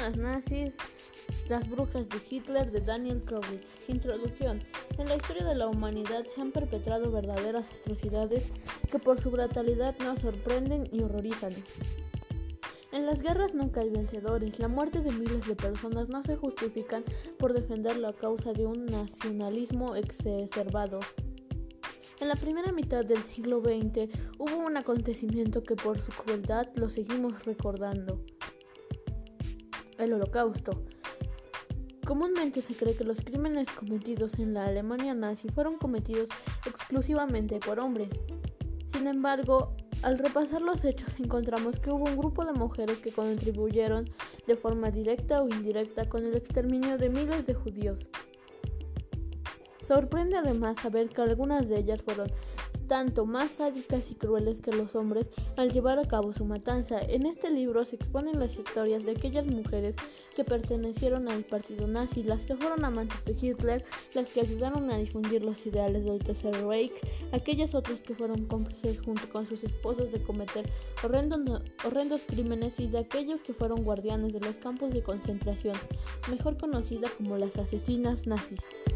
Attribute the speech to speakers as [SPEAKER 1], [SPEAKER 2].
[SPEAKER 1] asesinas nazis, las brujas de Hitler de Daniel Krauwitz. Introducción. En la historia de la humanidad se han perpetrado verdaderas atrocidades que por su brutalidad nos sorprenden y horrorizan. En las guerras nunca hay vencedores. La muerte de miles de personas no se justifican por defender la causa de un nacionalismo exacerbado. En la primera mitad del siglo XX hubo un acontecimiento que por su crueldad lo seguimos recordando: el Holocausto. Comúnmente se cree que los crímenes cometidos en la Alemania nazi fueron cometidos exclusivamente por hombres. Sin embargo, al repasar los hechos encontramos que hubo un grupo de mujeres que contribuyeron de forma directa o indirecta con el exterminio de miles de judíos. Sorprende además saber que algunas de ellas fueron tanto más sádicas y crueles que los hombres al llevar a cabo su matanza. En este libro se exponen las historias de aquellas mujeres que pertenecieron al partido nazi, las que fueron amantes de Hitler, las que ayudaron a difundir los ideales del Tercer Reich, aquellas otras que fueron cómplices junto con sus esposos de cometer horrendos crímenes, y de aquellos que fueron guardianes de los campos de concentración, mejor conocidas como las asesinas nazis.